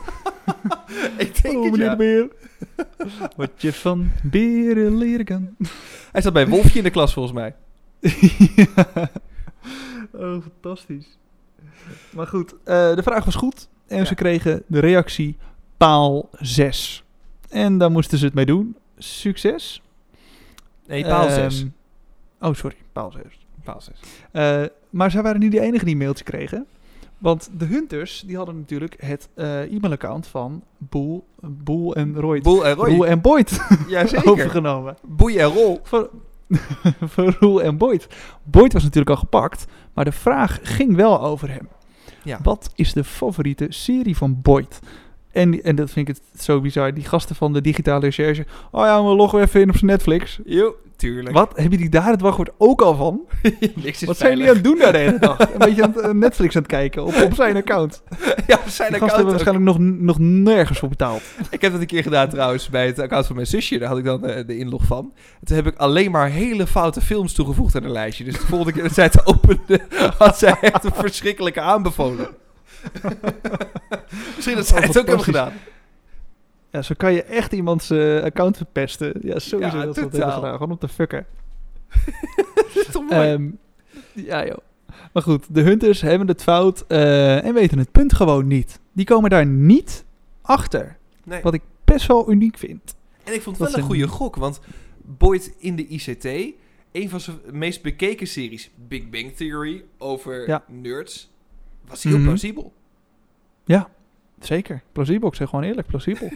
Ik denk het, meneer ja. de Beer. Wat je van beren leren kan. Hij zat bij Wolfje in de klas volgens mij. Ja. Oh, fantastisch. Maar goed, de vraag was goed. En ze kregen de reactie paal 6. En daar moesten ze het mee doen. Succes. Nee, paal 6. Oh, sorry. Paal 6. Paal 6. Maar zij waren niet de enige die een mailtje kregen. Want de Hunters, die hadden natuurlijk het e-mailaccount van Boel en Roy. Roel en Boyd Jazeker. overgenomen. Boei en Rol. Voor Roel en Boyd. Boyd was natuurlijk al gepakt, maar de vraag ging wel over hem. Ja. Wat is de favoriete serie van Boyd? En dat vind ik het zo bizar. Die gasten van de digitale recherche. Oh ja, we loggen even in op zijn Netflix. Jo, tuurlijk. Wat? Hebben die daar het wachtwoord ook al van? Niks is Wat zijn jullie aan het doen daar de hele dag? Een beetje aan het Netflix aan het kijken op zijn account. Ja, zijn Die gasten hebben waarschijnlijk nog nergens voor betaald. Ik heb dat een keer gedaan trouwens bij het account van mijn zusje. Daar had ik dan de inlog van. Toen heb ik alleen maar hele foute films toegevoegd aan een lijstje. Dus de volgende keer dat zij het opende, had zij echt een verschrikkelijke aanbevolen. Misschien dat zij het ook hebben gedaan. Ja, zo kan je echt iemands account verpesten. Ja, sowieso Ja, dat ze dat totaal. hebben gedaan. Gewoon om te fucken. Dat is toch mooi? Ja joh. Maar goed, de Hunters hebben het fout en weten het punt gewoon niet. Die komen daar niet achter. Nee. Wat ik best wel uniek vind. En ik vond het Dat wel een zijn- goede gok, want Boyd in de ICT, een van zijn meest bekeken series, Big Bang Theory, over nerds, was heel plausibel. Ja, zeker. Plausibel, ik zeg gewoon eerlijk, plausibel.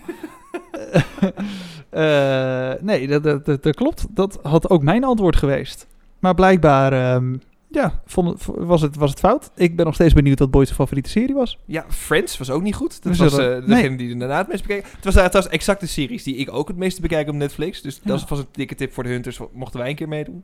Nee, dat klopt. Dat had ook mijn antwoord geweest. Maar blijkbaar was het fout. Ik ben nog steeds benieuwd wat Boyd's favoriete serie was. Ja, Friends was ook niet goed. Dat Dus was dat- degene die daarna het meest bekeken. Het was exact de series die ik ook het meeste bekijk op Netflix. Dus Ja. dat was een dikke tip voor de Hunters. Mochten wij een keer meedoen.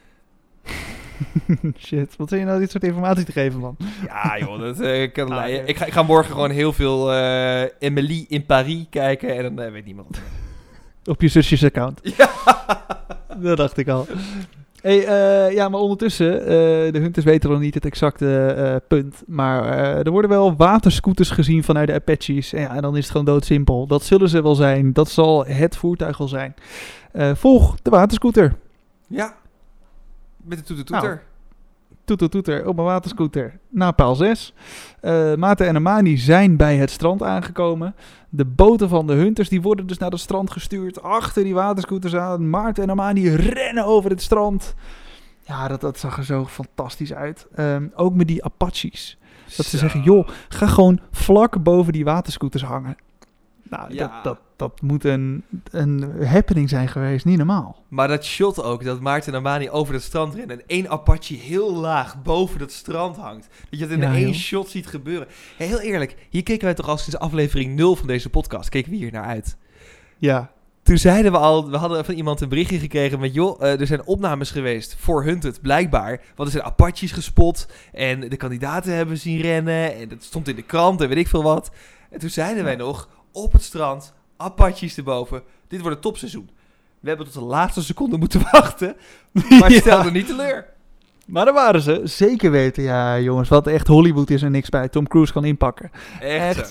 Shit, wat zijn je nou dit soort informatie te geven, man? Ja joh, dat kan leiden. ja. Ik ga morgen gewoon heel veel Emily in Paris kijken. En dan weet niemand wat. Op je zusjes account. Ja. Dat dacht ik al. Hey, maar ondertussen, de Hunters weten nog niet het exacte punt. Maar er worden wel waterscooters gezien vanuit de Apaches. En dan is het gewoon doodsimpel. Dat zullen ze wel zijn. Dat zal het voertuig wel zijn. Volg de waterscooter. Ja. Met de toeter. Nou, toeter op een waterscooter naar paal 6. Maarten en Amani zijn bij het strand aangekomen. De boten van de Hunters die worden dus naar het strand gestuurd. Achter die waterscooters aan. Maarten en Amani rennen over het strand. Ja, dat zag er zo fantastisch uit. Ook met die Apaches. Dat ze zeggen, joh, ga gewoon vlak boven die waterscooters hangen. Nou, Ja. dat moet een happening zijn geweest. Niet normaal. Maar dat shot ook, dat Maarten en Amani over het strand rennen en één Apache heel laag boven het strand hangt. Dat je het in Ja, één joh. shot ziet gebeuren. Ja, heel eerlijk, hier keken wij toch al sinds aflevering 0 van deze podcast, keken we hier naar uit. Ja. Toen zeiden we al, we hadden van iemand een berichtje gekregen met, joh, er zijn opnames geweest voor Hunted, blijkbaar. Want er zijn Apaches gespot en de kandidaten hebben zien rennen en dat stond in de krant en weet ik veel wat. En toen zeiden wij nog, op het strand, Apaches erboven. Dit wordt een topseizoen. We hebben tot de laatste seconde moeten wachten. Maar stel niet teleur. Maar daar waren ze. Zeker weten. Ja, jongens. Wat echt Hollywood is en niks bij. Tom Cruise kan inpakken. Echt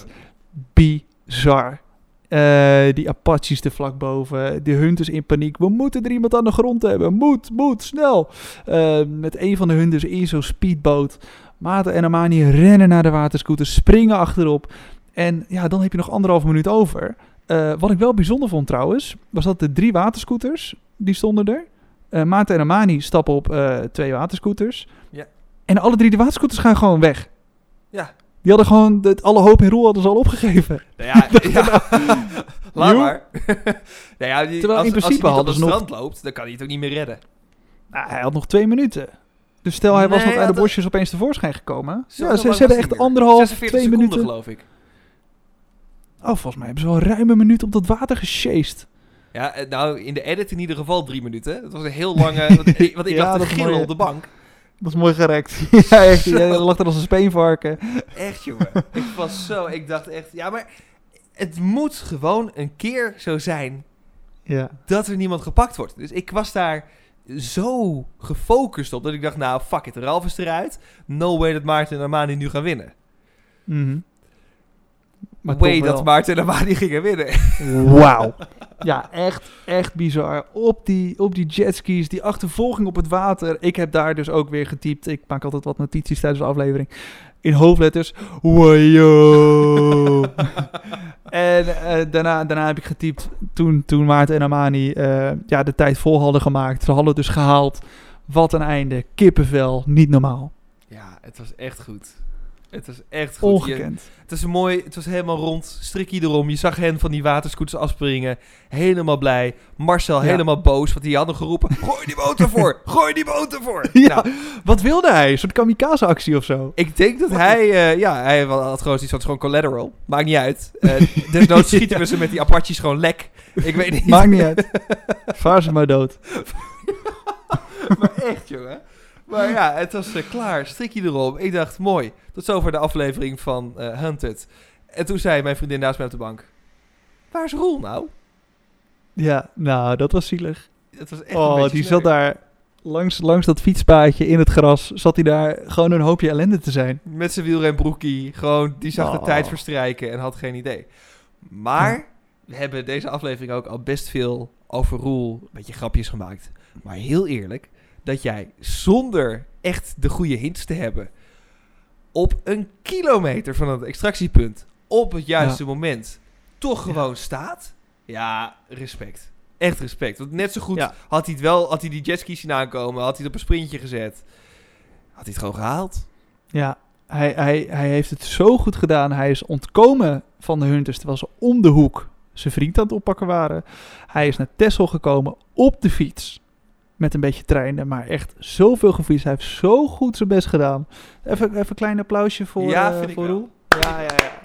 Bizar. Die Apaches er vlak boven. De hunters in paniek. We moeten er iemand aan de grond hebben. Moet, snel. Met een van de hunters in zo'n speedboot. Maarten en Amani rennen naar de waterscooter. Springen achterop. En ja, dan heb je nog 1,5 minuut over. Wat ik wel bijzonder vond trouwens, was dat de 3 waterscooters, die stonden er. Maarten en Amani stappen op 2 waterscooters. Ja. En alle 3 de waterscooters gaan gewoon weg. Ja. Die hadden gewoon, alle hoop en roel hadden ze al opgegeven. Nou ja, laat maar. Nou ja, Terwijl in principe als hij niet op het nog... strand loopt, dan kan hij het ook niet meer redden. Nou, hij had nog 2 minuten. Dus stel, hij was nog uit de bosjes opeens tevoorschijn gekomen. Zo, Ja, ze hebben echt 1,5, 2 minuten. Geloof ik. Oh, volgens mij hebben ze wel ruim een minuut op dat water gesjeest. Ja, nou, in de edit in ieder geval 3 minuten. Dat was een heel lange... want ik Ja, lag te dat is gillen mooi. op de bank. Dat is mooi gerekt. Ja, echt. Jij lag er als een speenvarken. Echt, jongen. Ik dacht echt... Ja, maar het moet gewoon een keer zo zijn Ja. dat er niemand gepakt wordt. Dus ik was daar zo gefocust op dat ik dacht, nou, fuck it, Ralf is eruit. No way dat Maarten en Amani nu gaan winnen. Mhm. Maar Way toch wel. dat Maarten en Amani gingen winnen. Wauw. Ja, echt bizar. Op die jetskis, die achtervolging op het water. Ik heb daar dus ook weer getypt. Ik maak altijd wat notities tijdens de aflevering. In hoofdletters. Wajo. En daarna heb ik getypt toen Maarten en Amani de tijd vol hadden gemaakt. Ze hadden het dus gehaald. Wat een einde. Kippenvel. Niet normaal. Ja, het was echt goed. Het was echt goed. Ongekend. Het was mooi, het was helemaal rond, strikkie erom. Je zag hen van die waterscooters afspringen. Helemaal blij. Marcel helemaal boos, want hij had nog geroepen... Gooi die boot ervoor! Gooi die boot ervoor! Ja, Nou, wat wilde hij? Een soort kamikaze-actie of zo? ik denk dat hij had gewoon iets van gewoon collateral. Maakt niet uit. Desnoods schieten we ze met die Apaches gewoon lek. Ik weet niet. Maakt niet uit. Vaar ze maar dood. Maar echt, jongen. Maar ja, het was klaar. Strikkie erop. Ik dacht, mooi. Tot zover de aflevering van Hunted. En toen zei mijn vriendin naast mij op de bank... Waar is Roel nou? Ja, nou, dat was zielig. Het was echt een beetje die sneu. zat daar langs dat fietspaadje in het gras. Zat hij daar gewoon een hoopje ellende te zijn. Met zijn wielrenbroekie. Gewoon, die zag de Oh. tijd verstrijken en had geen idee. Maar we hebben deze aflevering ook al best veel over Roel. Een beetje grapjes gemaakt. Maar heel eerlijk, dat jij zonder echt de goede hints te hebben... op een kilometer van het extractiepunt... op het juiste moment... toch gewoon staat... Ja, respect. Echt respect. Want net zo goed had hij die jetskis zien aankomen... had hij het op een sprintje gezet... had hij het gewoon gehaald. Ja, hij heeft het zo goed gedaan. Hij is ontkomen van de hunters terwijl ze om de hoek zijn vriend aan het oppakken waren. Hij is naar Texel gekomen op de fiets. Met een beetje trainen, maar echt zoveel gefietst. Hij heeft zo goed zijn best gedaan. Even een klein applausje voor, vind ik voor wel. Roel. Ja.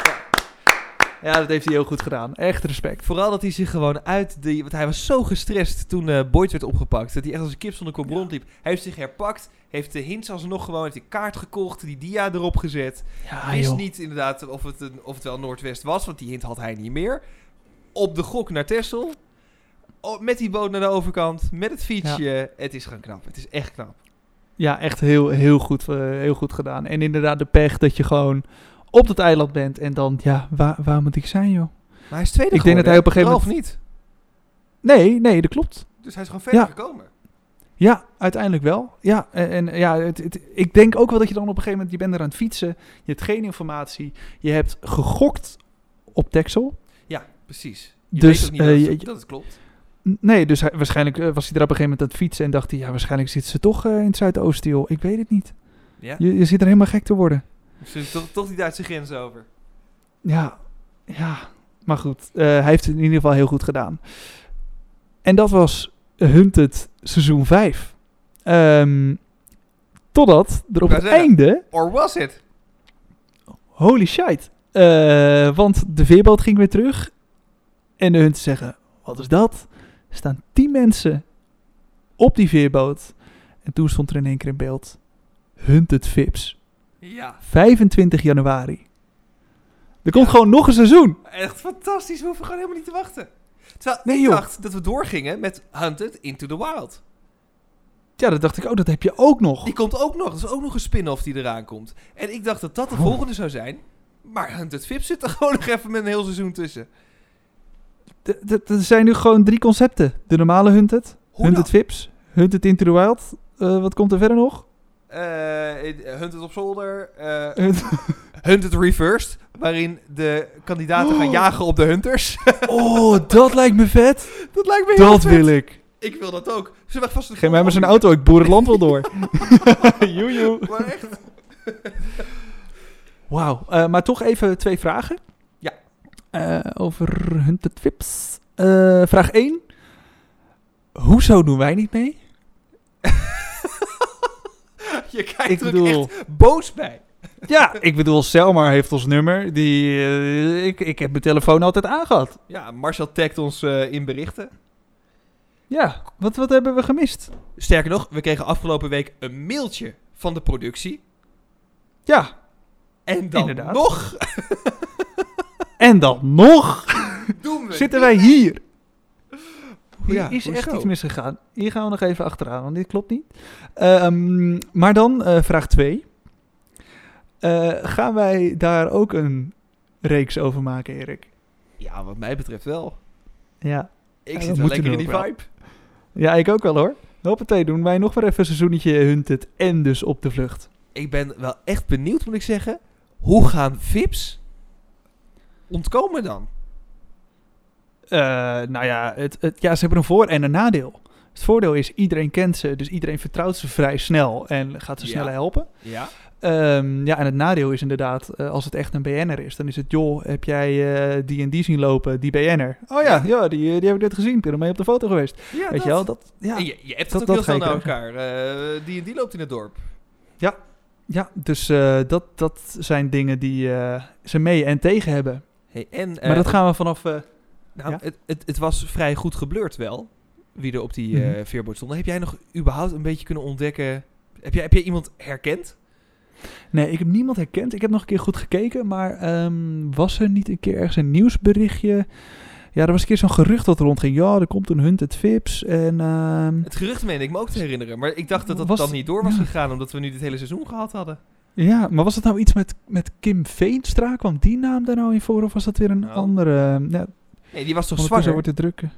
Ja, dat heeft hij heel goed gedaan. Echt respect. Vooral dat hij zich gewoon want hij was zo gestrest toen Boyd werd opgepakt. Dat hij echt als een kip zonder kop rondliep. Hij heeft zich herpakt. Heeft de hints alsnog gewoon. Heeft die kaart gekocht. Die dia erop gezet. Ja, Wist joh. niet inderdaad of het wel Noordwest was. Want die hint had hij niet meer. Op de gok naar Texel. Met die boot naar de overkant. Met het fietsje. Ja. Het is gewoon knap. Het is echt knap. Ja, echt heel goed gedaan. En inderdaad de pech dat je gewoon op dat eiland bent. En dan, ja, waar moet ik zijn, joh? Maar hij is tweede Ik denk dat hij op een gegeven moment... moment... niet. Nee, dat klopt. Dus hij is gewoon verder gekomen. Ja, uiteindelijk wel. Ja, ik denk ook wel dat je dan op een gegeven moment... Je bent er aan het fietsen. Je hebt geen informatie. Je hebt gegokt op Texel. Ja, precies. Je Dus, weet ook niet dat het klopt. Nee, dus waarschijnlijk was hij er op een gegeven moment aan het fietsen... en dacht hij, ja, waarschijnlijk zitten ze toch in het Zuidoosten, joh. Ik weet het niet. Ja? Je zit er helemaal gek te worden. Dus toch die Duitse grens over. Ja. Maar goed, hij heeft het in ieder geval heel goed gedaan. En dat was Hunted seizoen 5. Totdat er op het einde... Or was it? Holy shit. Want de veerboot ging weer terug. En de hunters zeggen, wat is dat? Er staan 10 mensen op die veerboot. En toen stond er in één keer in beeld... Hunted Vips. Ja. 25 januari. Er komt gewoon nog een seizoen. Echt fantastisch. We hoeven gewoon helemaal niet te wachten. Terwijl Nee, ik joh. dacht dat we doorgingen met Hunted Into the Wild. Ja, dat dacht ik ook. Dat heb je ook nog. Die komt ook nog. Dat is ook nog een spin-off die eraan komt. En ik dacht dat dat de volgende zou zijn. Maar Hunted Vips zit er gewoon nog even met een heel seizoen tussen. Er zijn nu gewoon 3 concepten. De normale Hunted, Hoe Hunted dan? Vips, Hunted Into the Wild. Wat komt er verder nog? Hunted op zolder. Hunted Reversed. Waarin de kandidaten gaan jagen op de hunters. Oh, dat lijkt me vet. Dat lijkt me heel Dat vet. wil ik. Ik wil dat ook. Zullen we vast Geef mij maar zo'n auto, ik boer het land wel door. Joejoe. Maar echt. Wauw. Maar toch even 2 vragen. Ja. Over Hunted Vips. Vraag 1. Hoezo doen wij niet mee? Je kijkt Ik er ook bedoel- echt boos bij. Ja, ik bedoel, Selmar heeft ons nummer. Ik heb mijn telefoon altijd aangehad. Ja, Marcel tagt ons in berichten. Ja, wat hebben we gemist? Sterker nog, we kregen afgelopen week een mailtje van de productie. Ja, En dan Inderdaad. nog en dan nog doen we zitten wij hier. Hier Ja, is echt hoezo? iets misgegaan. Hier gaan we nog even achteraan, want dit klopt niet. Maar dan vraag 2. Gaan wij daar ook een reeks over maken, Erik? Ja, wat mij betreft wel. Ja. Ik Ja, zit dat wel moeten lekker in we die ook wel. vibe. Ja, ik ook wel hoor. Hoppatee, doen wij nog maar even een seizoenetje Hunted en dus op de vlucht. Ik ben wel echt benieuwd, moet ik zeggen. Hoe gaan Vips ontkomen dan? Nou ja, ze hebben een voor- en een nadeel. Het voordeel is, iedereen kent ze, dus iedereen vertrouwt ze vrij snel en gaat ze Ja. sneller helpen. Ja. Ja, en het nadeel is inderdaad, als het echt een BN'er is, dan is het, joh, heb jij die en die zien lopen, die BN'er? Oh ja, die heb ik net gezien, ik ben er mee op de foto geweest. Ja, Weet je wel, dat, ja. En je hebt dat- het ook dat heel ga snel je naar elkaar. Die en die loopt in het dorp. Ja, dus dat zijn dingen die ze mee en tegen hebben. Hey, en, Maar dat gaan we vanaf... Nou, ja? het was vrij goed geblurred wel, wie er op die Mhm. veerboot stond. Heb jij nog überhaupt een beetje kunnen ontdekken? Heb jij iemand herkend? Nee, ik heb niemand herkend. Ik heb nog een keer goed gekeken, maar was er niet een keer ergens een nieuwsberichtje? Ja, er was een keer zo'n gerucht dat rondging. Ja, er komt een Hunted Vips en... Het gerucht meende ik me ook te herinneren, maar ik dacht dat dat Was- dan niet door was ja. gegaan, omdat we nu dit hele seizoen gehad hadden. Ja, maar was het nou iets met Kim Veenstra? Kwam die naam daar nou in voor? Of was dat weer een Nou, andere? Ja, Nee, die was toch ondertussen zwanger? wordt het drukken.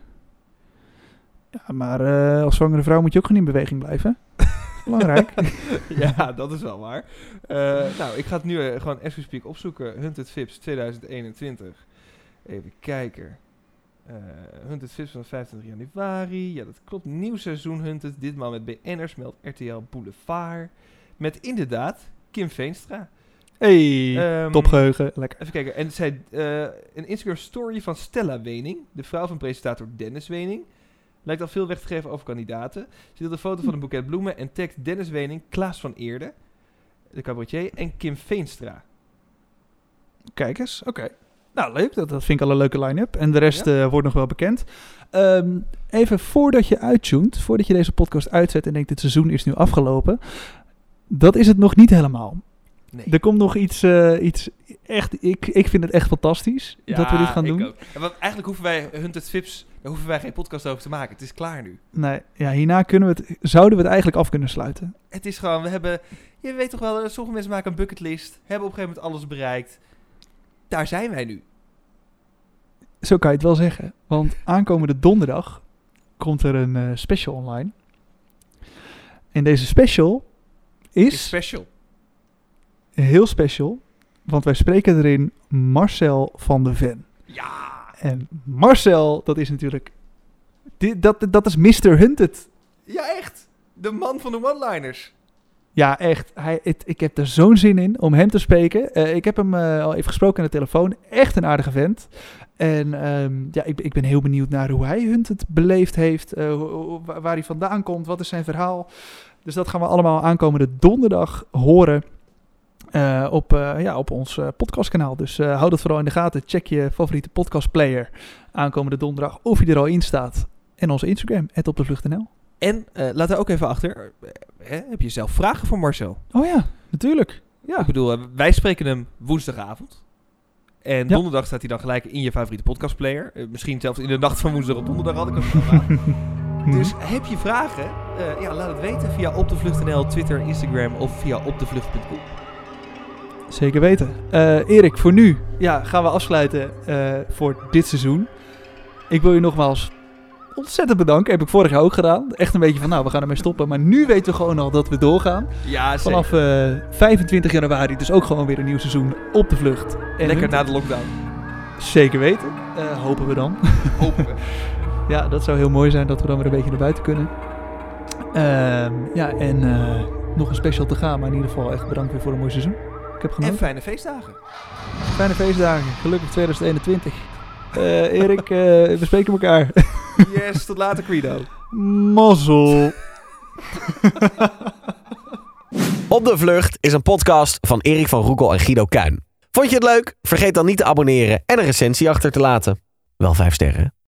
Ja, maar als zwangere vrouw moet je ook gewoon in beweging blijven. Belangrijk. Ja, dat is wel waar. Nou, ik ga het nu gewoon as we speak opzoeken. Hunted Vips 2021. Even kijken. Hunted Vips van 25 januari. Ja, dat klopt. Nieuw seizoen Hunted. Ditmaal met BN'ers, meldt RTL Boulevard. Met inderdaad Kim Veenstra. Hey, Ehm, topgeheugen. Lekker. Even kijken. En zij, een Instagram story van Stella Wening. De vrouw van presentator Dennis Wening. Lijkt al veel weg te geven over kandidaten. Ze deelt een foto van een boeket bloemen en tagt Dennis Wening, Klaas van Eerde, de cabaretier, en Kim Veenstra. Kijk eens, oké. Nou, leuk. Dat vind ik al een leuke line-up. En de rest wordt nog wel bekend. Even voordat je uittunt, voordat je deze podcast uitzet en denkt, dit seizoen is nu afgelopen. Dat is het nog niet helemaal. Nee. Er komt nog iets echt... Ik vind het echt fantastisch dat we dit gaan doen. Ook. Want eigenlijk hoeven wij Hunted Vips, daar hoeven wij geen podcast over te maken. Het is klaar nu. Nee, ja, hierna zouden we het eigenlijk af kunnen sluiten. Het is gewoon, we hebben, je weet toch wel, sommige mensen maken een bucketlist, hebben op een gegeven moment alles bereikt. Daar zijn wij nu. Zo kan je het wel zeggen. Want aankomende donderdag komt er een special online. En deze special is Special. heel special. Want wij spreken erin Marcel van de Ven. Ja. En Marcel, dat is natuurlijk... Dat is Mr. Hunted. Ja, echt. De man van de one-liners. Ja, echt. Ik heb er zo'n zin in om hem te spreken. Ik heb hem al even gesproken aan de telefoon. Echt een aardige vent. En ik ben heel benieuwd naar hoe hij Hunted beleefd heeft. Waar hij vandaan komt. Wat is zijn verhaal. Dus dat gaan we allemaal aankomende donderdag horen. Op ons podcastkanaal. Dus hou dat vooral in de gaten. Check je favoriete podcastplayer aankomende donderdag. Of hij er al in staat. En onze Instagram, @opdevlucht.nl. En laat er ook even achter. Heb je zelf vragen voor Marcel? Oh ja, natuurlijk. Ja. Ik bedoel, wij spreken hem woensdagavond. En Ja. donderdag staat hij dan gelijk in je favoriete podcastplayer. Misschien zelfs in de nacht van woensdag op donderdag had ik het al aan. Dus heb je vragen? Laat het weten via opdevlucht.nl, Twitter, Instagram of via opdevlucht.com. Zeker weten. Erik, voor nu gaan we afsluiten voor dit seizoen. Ik wil je nogmaals ontzettend bedanken. Heb ik vorig jaar ook gedaan. Echt een beetje van, we gaan ermee stoppen. Maar nu weten we gewoon al dat we doorgaan. Ja, Vanaf 25 januari. Dus ook gewoon weer een nieuw seizoen op de vlucht. En Lekker na de lockdown. Zeker weten. Hopen we dan. Hopen we. Ja, dat zou heel mooi zijn dat we dan weer een beetje naar buiten kunnen. Nog een special te gaan. Maar in ieder geval echt bedankt weer voor een mooi seizoen. Ik heb En genoten. fijne feestdagen. Fijne feestdagen. Gelukkig 2021. Erik, we spreken elkaar. Yes, tot later, Credo. Mazzel. Op de Vlucht is een podcast van Erik van Roekel en Guido Kuin. Vond je het leuk? Vergeet dan niet te abonneren en een recensie achter te laten. Wel 5 sterren.